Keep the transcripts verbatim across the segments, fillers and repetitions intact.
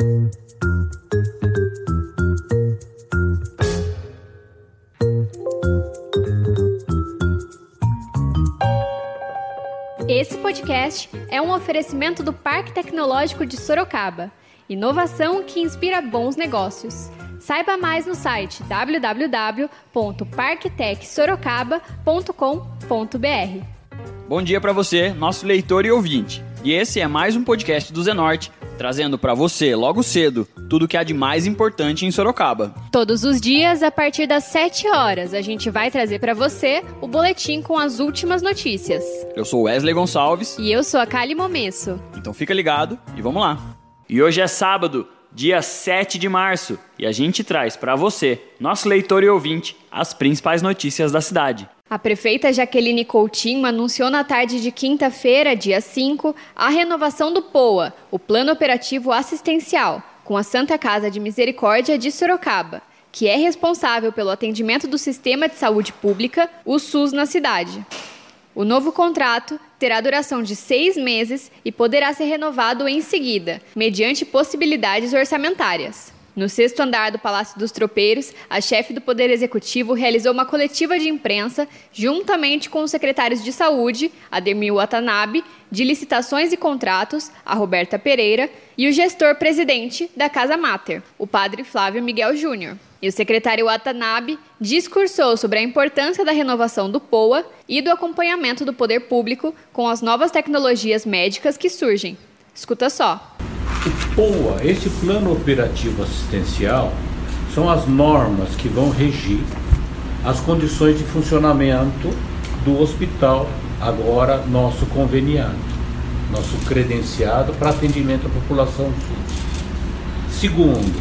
Esse podcast é um oferecimento do Parque Tecnológico de Sorocaba. Inovação que inspira bons negócios. Saiba mais no site w w w ponto parktec sorocaba ponto com ponto b r. Bom dia para você, nosso leitor e ouvinte. E esse é mais um podcast do Zenorte, trazendo para você, logo cedo, tudo o que há de mais importante em Sorocaba. Todos os dias, a partir das sete horas, a gente vai trazer para você o boletim com as últimas notícias. Eu sou Wesley Gonçalves. E eu sou a Kali Momesso. Então fica ligado e vamos lá. E hoje é sábado, dia sete de março, e a gente traz para você, nosso leitor e ouvinte, as principais notícias da cidade. A prefeita Jaqueline Coutinho anunciou na tarde de quinta-feira, dia cinco, a renovação do POA, o Plano Operativo Assistencial, com a Santa Casa de Misericórdia de Sorocaba, que é responsável pelo atendimento do Sistema de Saúde Pública, o SUS, na cidade. O novo contrato terá duração de seis meses e poderá ser renovado em seguida, mediante possibilidades orçamentárias. No sexto andar do Palácio dos Tropeiros, a chefe do Poder Executivo realizou uma coletiva de imprensa juntamente com os secretários de Saúde, Ademir Watanabe, de Licitações e Contratos, a Roberta Pereira, e o gestor-presidente da Casa Mater, o padre Flávio Miguel Júnior. E o secretário Watanabe discursou sobre a importância da renovação do POA e do acompanhamento do poder público com as novas tecnologias médicas que surgem. Escuta só. O POA, esse Plano Operativo Assistencial, são as normas que vão regir as condições de funcionamento do hospital, agora nosso conveniado, nosso credenciado para atendimento à população SUS. Segundo,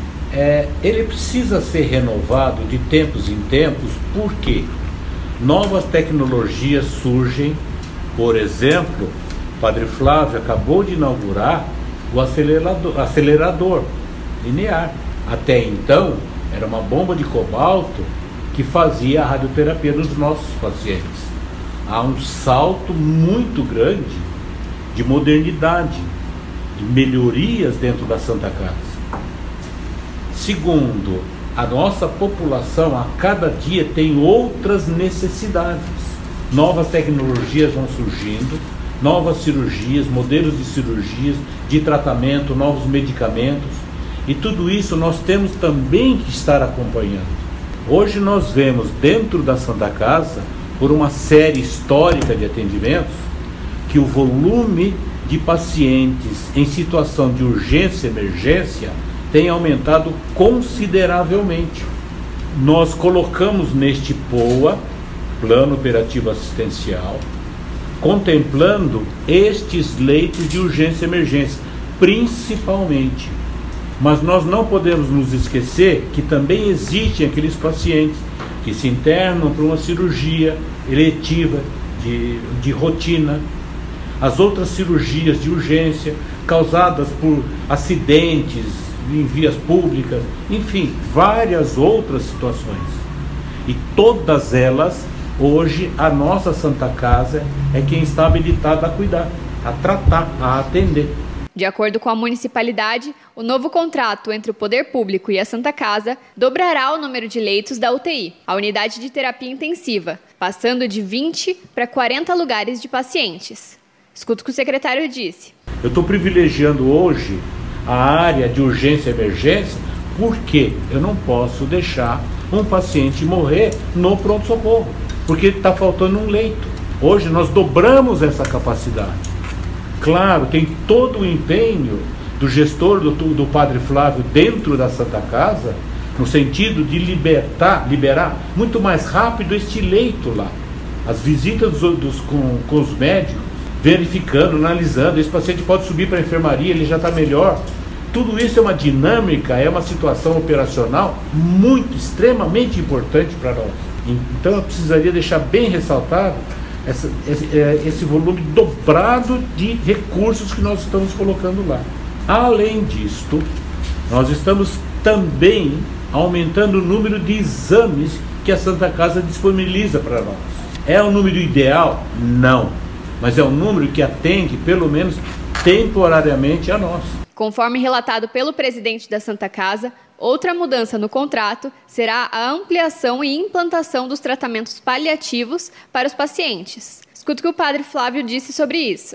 é, ele precisa ser renovado de tempos em tempos, porque novas tecnologias surgem. Por exemplo, o Padre Flávio acabou de inaugurar o acelerador, acelerador linear. Até então, era uma bomba de cobalto que fazia a radioterapia dos nossos pacientes. Há um salto muito grande de modernidade, de melhorias dentro da Santa Casa. Segundo, a nossa população a cada dia tem outras necessidades. Novas tecnologias vão surgindo, novas cirurgias, modelos de cirurgias, de tratamento, novos medicamentos, e tudo isso nós temos também que estar acompanhando. Hoje nós vemos dentro da Santa Casa, por uma série histórica de atendimentos, que o volume de pacientes em situação de urgência e emergência tem aumentado consideravelmente. Nós colocamos neste POA, Plano Operativo Assistencial, contemplando estes leitos de urgência e emergência, principalmente. Mas nós não podemos nos esquecer que também existem aqueles pacientes que se internam para uma cirurgia eletiva, de, de rotina, as outras cirurgias de urgência causadas por acidentes em vias públicas, enfim, várias outras situações. E todas elas, hoje, a nossa Santa Casa é quem está habilitada a cuidar, a tratar, a atender. De acordo com a municipalidade, o novo contrato entre o Poder Público e a Santa Casa dobrará o número de leitos da U T I, a unidade de terapia intensiva, passando de vinte para quarenta lugares de pacientes. Escuta o que o secretário disse. Eu estou privilegiando hoje a área de urgência e emergência porque eu não posso deixar um paciente morrer no pronto-socorro, porque está faltando um leito. Hoje nós dobramos essa capacidade. Claro, tem todo o empenho do gestor, do, do Padre Flávio, dentro da Santa Casa, no sentido de libertar, liberar muito mais rápido este leito lá. As visitas dos, dos, com, com os médicos, verificando, analisando, esse paciente pode subir para a enfermaria, ele já está melhor. Tudo isso é uma dinâmica, é uma situação operacional muito, extremamente importante para nós. Então eu precisaria deixar bem ressaltado essa, esse, esse volume dobrado de recursos que nós estamos colocando lá. Além disto, nós estamos também aumentando o número de exames que a Santa Casa disponibiliza para nós. É o número ideal? Não. Mas é um número que atende, pelo menos temporariamente, a nós. Conforme relatado pelo presidente da Santa Casa, outra mudança no contrato será a ampliação e implantação dos tratamentos paliativos para os pacientes. Escuta o que o padre Flávio disse sobre isso.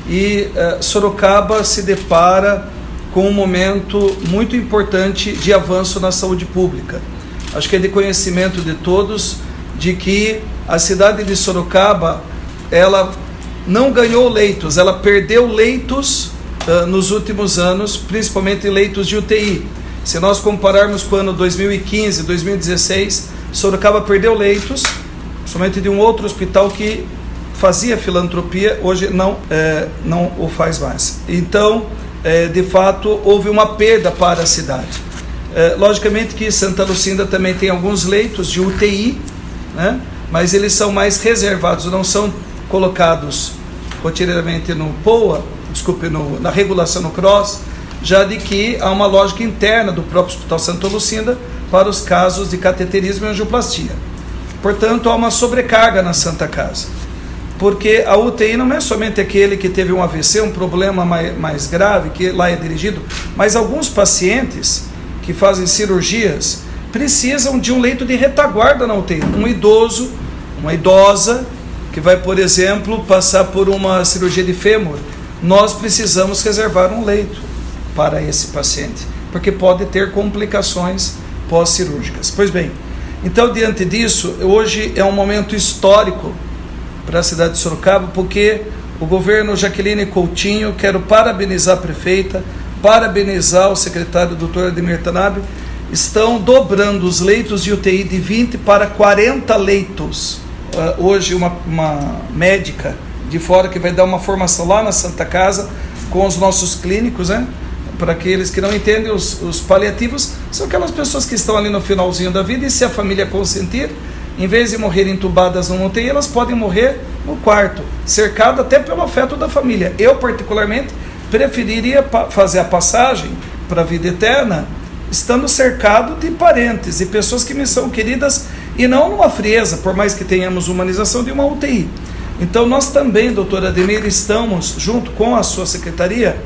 E uh, Sorocaba se depara com um momento muito importante de avanço na saúde pública. Acho que é de conhecimento de todos de que a cidade de Sorocaba, ela não ganhou leitos, ela perdeu leitos uh, nos últimos anos, principalmente leitos de U T I. Se nós compararmos com o ano dois mil e quinze, dois mil e dezesseis, Sorocaba perdeu leitos, somente de um outro hospital que fazia filantropia, hoje não, é, não o faz mais. Então, é, de fato, houve uma perda para a cidade. É, logicamente que Santa Lucinda também tem alguns leitos de U T I, né? Mas eles são mais reservados, não são colocados rotineiramente no P O A, desculpe, no, na regulação no C R O S, já de que há uma lógica interna do próprio Hospital Santa Lucinda para os casos de cateterismo e angioplastia. Portanto, há uma sobrecarga na Santa Casa, porque a U T I não é somente aquele que teve um A V C, um problema mais, mais grave, que lá é dirigido, mas alguns pacientes que fazem cirurgias precisam de um leito de retaguarda na U T I. Um idoso, uma idosa, que vai, por exemplo, passar por uma cirurgia de fêmur, nós precisamos reservar um leito para esse paciente, porque pode ter complicações pós-cirúrgicas. Pois bem, então, diante disso, hoje é um momento histórico para a cidade de Sorocaba, porque o governo Jaqueline Coutinho, quero parabenizar a prefeita, parabenizar o secretário doutor Ademir Watanabe, estão dobrando os leitos de U T I de vinte para quarenta leitos. Uh, hoje uma, uma médica de fora que vai dar uma formação lá na Santa Casa com os nossos clínicos, né? Para aqueles que não entendem, os, os paliativos são aquelas pessoas que estão ali no finalzinho da vida e, se a família consentir, em vez de morrer entubadas no U T I, elas podem morrer no quarto, cercado até pelo afeto da família. Eu, particularmente, preferiria pa- fazer a passagem para a vida eterna estando cercado de parentes, de pessoas que me são queridas, e não numa frieza, por mais que tenhamos humanização, de uma U T I. Então, nós também, doutor Ademir, estamos, junto com a sua secretaria,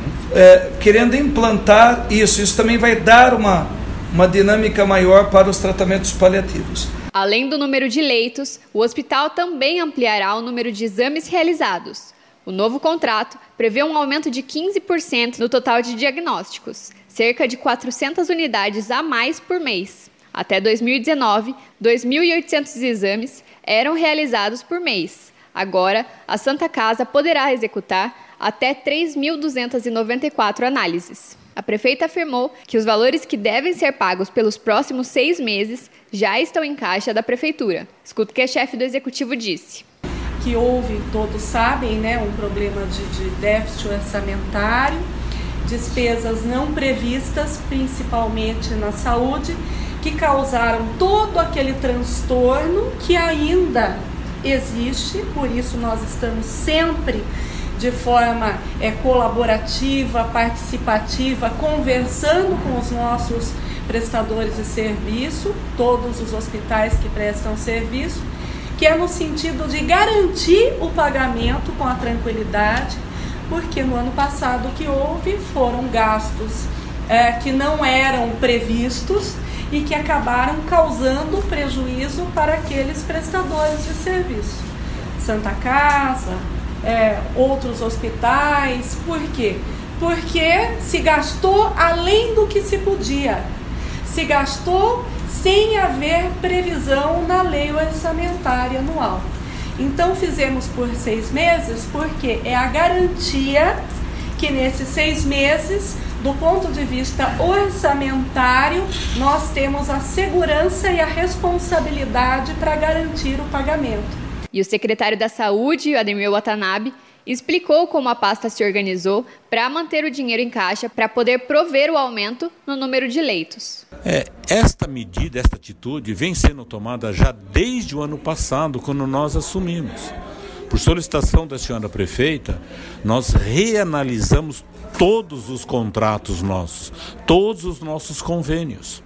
é, querendo implantar isso. Isso também vai dar uma, uma dinâmica maior para os tratamentos paliativos. Além do número de leitos, o hospital também ampliará o número de exames realizados. O novo contrato prevê um aumento de quinze por cento no total de diagnósticos, cerca de quatrocentas unidades a mais por mês. Até dois mil e dezenove, dois mil e oitocentos exames eram realizados por mês. Agora, a Santa Casa poderá executar até três mil duzentas e noventa e quatro análises. A prefeita afirmou que os valores que devem ser pagos pelos próximos seis meses já estão em caixa da prefeitura. Escuta o que a chefe do executivo disse. Que houve, todos sabem, né, um problema de, de déficit orçamentário, despesas não previstas, principalmente na saúde, que causaram todo aquele transtorno que ainda existe. Por isso nós estamos sempre de forma é, colaborativa, participativa, conversando com os nossos prestadores de serviço, todos os hospitais que prestam serviço, que é no sentido de garantir o pagamento com a tranquilidade, porque no ano passado o que houve foram gastos é, que não eram previstos e que acabaram causando prejuízo para aqueles prestadores de serviço. Santa Casa, é, outros hospitais. Por quê? Porque se gastou além do que se podia. Se gastou sem haver previsão na lei orçamentária anual. Então fizemos por seis meses, porque é a garantia que nesses seis meses, do ponto de vista orçamentário, nós temos a segurança e a responsabilidade para garantir o pagamento. E o secretário da Saúde, Ademir Watanabe, explicou como a pasta se organizou para manter o dinheiro em caixa para poder prover o aumento no número de leitos. É, esta medida, esta atitude vem sendo tomada já desde o ano passado, quando nós assumimos. Por solicitação da senhora prefeita, nós reanalisamos todos os contratos nossos, todos os nossos convênios.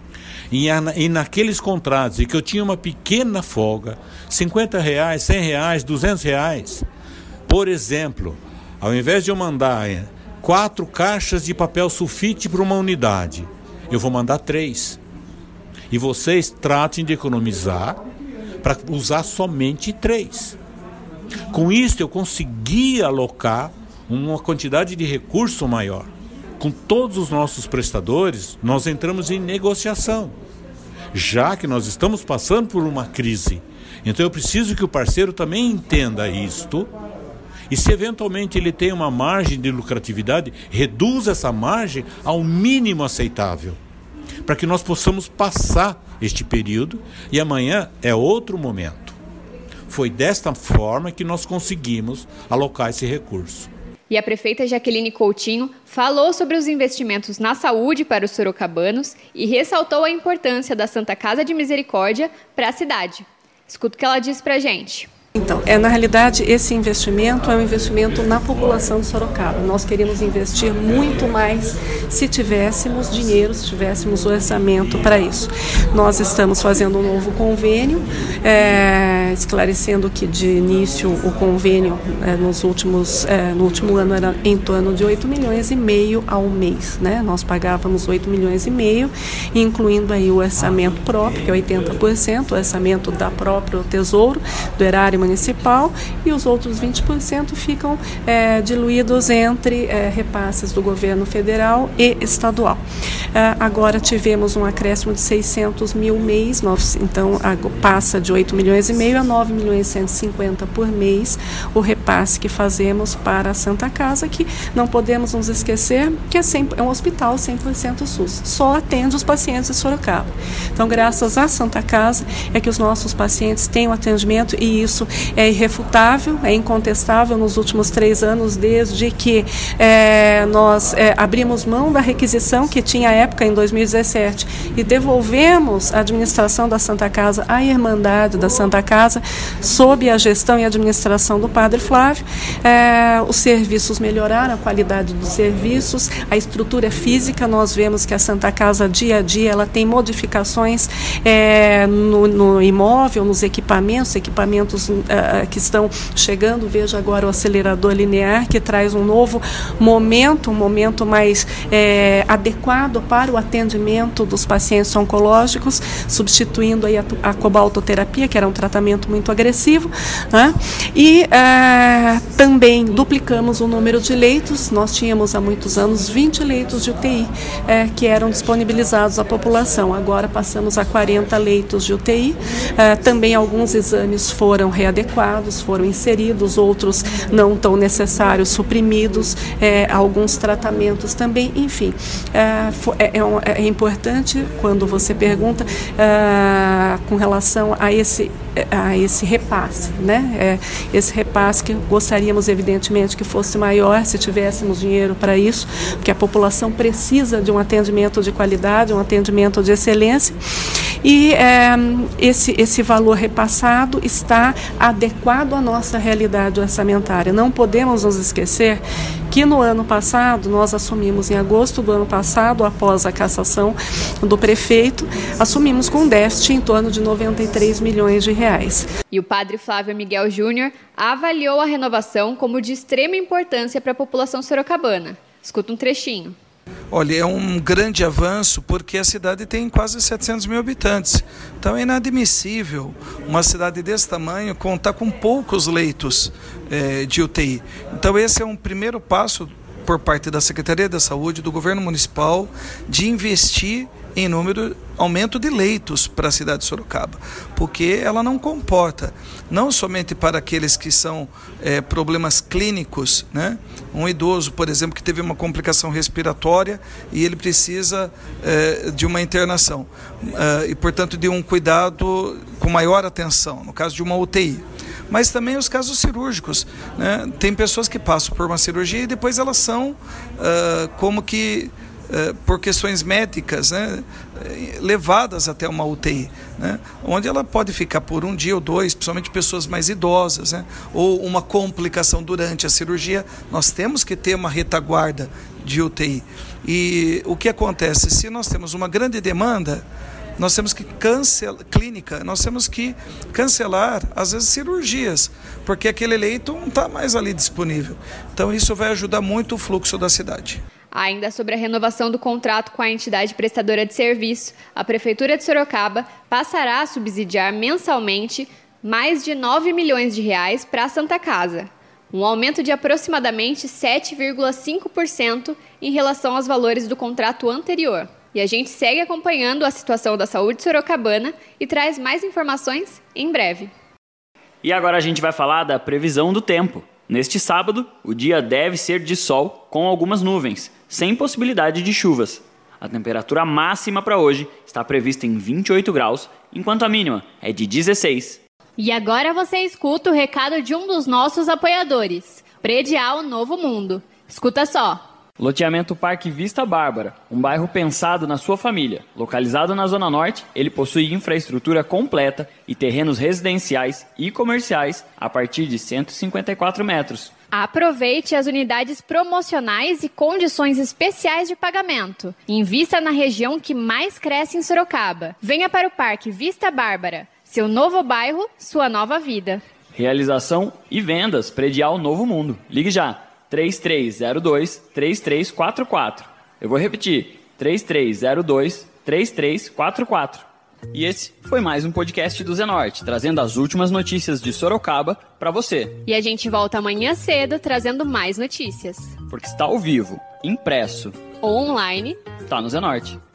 E, e naqueles contratos em que eu tinha uma pequena folga, cinquenta reais, cem reais, duzentos reais, por exemplo, ao invés de eu mandar quatro caixas de papel sulfite para uma unidade. Eu vou mandar três. E vocês tratem de economizar para usar somente três. Com isso eu consegui alocar uma quantidade de recurso maior. Com todos os nossos prestadores, nós entramos em negociação, já que nós estamos passando por uma crise. Então eu preciso que o parceiro também entenda isto, e se eventualmente ele tem uma margem de lucratividade, reduza essa margem ao mínimo aceitável, para que nós possamos passar este período e amanhã é outro momento. Foi desta forma que nós conseguimos alocar esse recurso. E a prefeita Jaqueline Coutinho falou sobre os investimentos na saúde para os sorocabanos e ressaltou a importância da Santa Casa de Misericórdia para a cidade. Escuta o que ela disse para a gente. Então, é, na realidade, esse investimento é um investimento na população de Sorocaba. Nós queríamos investir muito mais se tivéssemos dinheiro, se tivéssemos orçamento para isso. Nós estamos fazendo um novo convênio, é, esclarecendo que de início o convênio é, nos últimos, é, no último ano era em torno de oito milhões e meio ao mês, né? Nós pagávamos oito milhões e meio, incluindo aí o orçamento próprio, que é oitenta por cento, o orçamento da própria Tesouro, do erário municipal, e os outros vinte por cento ficam é, diluídos entre é, repasses do governo federal e estadual. É, agora tivemos um acréscimo de seiscentos mil mês, nós, então a, passa de oito milhões e meio a nove milhões e cento e cinquenta por mês o repasse que fazemos para a Santa Casa, que não podemos nos esquecer que é, cem, é um hospital cem por cento SUS, só atende os pacientes de Sorocaba. Então, graças à Santa Casa é que os nossos pacientes têm o atendimento, e isso é irrefutável, é incontestável nos últimos três anos, desde que é, nós é, abrimos mão da requisição que tinha à época, em dois mil e dezessete, e devolvemos a administração da Santa Casa à Irmandade da Santa Casa, sob a gestão e administração do Padre Flávio. É, os serviços melhoraram, a qualidade dos serviços, a estrutura física, nós vemos que a Santa Casa, dia a dia, ela tem modificações é, no, no imóvel, nos equipamentos, equipamentos Uh, que estão chegando. Veja agora o acelerador linear, que traz um novo momento, um momento mais é, adequado para o atendimento dos pacientes oncológicos, substituindo aí a, a cobaltoterapia, que era um tratamento muito agressivo, né? E uh, também duplicamos o número de leitos. Nós tínhamos há muitos anos vinte leitos de U T I é, que eram disponibilizados à população. Agora passamos a quarenta leitos de U T I. Uh, também alguns exames foram readequados, foram inseridos, outros não tão necessários, suprimidos, é, alguns tratamentos também, enfim. É, é, é importante quando você pergunta é, com relação a esse, a esse repasse, né? É, esse repasse que gostaríamos, evidentemente, que fosse maior se tivéssemos dinheiro para isso, porque a população precisa de um atendimento de qualidade, um atendimento de excelência. E é, esse, esse valor repassado está adequado à nossa realidade orçamentária. Não podemos nos esquecer que no ano passado, nós assumimos em agosto do ano passado, após a cassação do prefeito, assumimos com um déficit em torno de noventa e três milhões de reais. E o padre Flávio Miguel Júnior avaliou a renovação como de extrema importância para a população sorocabana. Escuta um trechinho. Olha, é um grande avanço porque a cidade tem quase setecentos mil habitantes. Então é inadmissível uma cidade desse tamanho contar com poucos leitos eh, de U T I. Então esse é um primeiro passo por parte da Secretaria da Saúde, do Governo Municipal, de investir em número, aumento de leitos para a cidade de Sorocaba, porque ela não comporta, não somente para aqueles que são é, problemas clínicos, né? Um idoso, por exemplo, que teve uma complicação respiratória e ele precisa é, de uma internação é, e, portanto, de um cuidado com maior atenção, no caso de uma U T I. Mas também os casos cirúrgicos, né? Tem pessoas que passam por uma cirurgia e depois elas são uh, como que Uh, por questões médicas, né, levadas até uma U T I, né, onde ela pode ficar por um dia ou dois, principalmente pessoas mais idosas, né, ou uma complicação durante a cirurgia. Nós temos que ter uma retaguarda de U T I. E o que acontece? Se nós temos uma grande demanda, nós temos que cancelar, clínica, nós temos que cancelar, às vezes, cirurgias, porque aquele leito não está mais ali disponível. Então, isso vai ajudar muito o fluxo da cidade. Ainda sobre a renovação do contrato com a entidade prestadora de serviço, a Prefeitura de Sorocaba passará a subsidiar mensalmente mais de nove milhões de reais para a Santa Casa, um aumento de aproximadamente sete vírgula cinco por cento em relação aos valores do contrato anterior. E a gente segue acompanhando a situação da saúde sorocabana e traz mais informações em breve. E agora a gente vai falar da previsão do tempo. Neste sábado, o dia deve ser de sol com algumas nuvens, sem possibilidade de chuvas. A temperatura máxima para hoje está prevista em vinte e oito graus, enquanto a mínima é de dezesseis. E agora você escuta o recado de um dos nossos apoiadores, Predial Novo Mundo. Escuta só. Loteamento Parque Vista Bárbara, um bairro pensado na sua família. Localizado na Zona Norte, ele possui infraestrutura completa e terrenos residenciais e comerciais a partir de cento e cinquenta e quatro metros. Aproveite as unidades promocionais e condições especiais de pagamento. Invista na região que mais cresce em Sorocaba. Venha para o Parque Vista Bárbara. Seu novo bairro, sua nova vida. Realização e vendas Predial Novo Mundo. Ligue já. três três zero dois, três três quatro quatro. Eu vou repetir. três três zero dois, três três quatro quatro. E esse foi mais um podcast do Zenorte, trazendo as últimas notícias de Sorocaba para você. E a gente volta amanhã cedo trazendo mais notícias. Porque está ao vivo, impresso ou online, tá no Zenorte.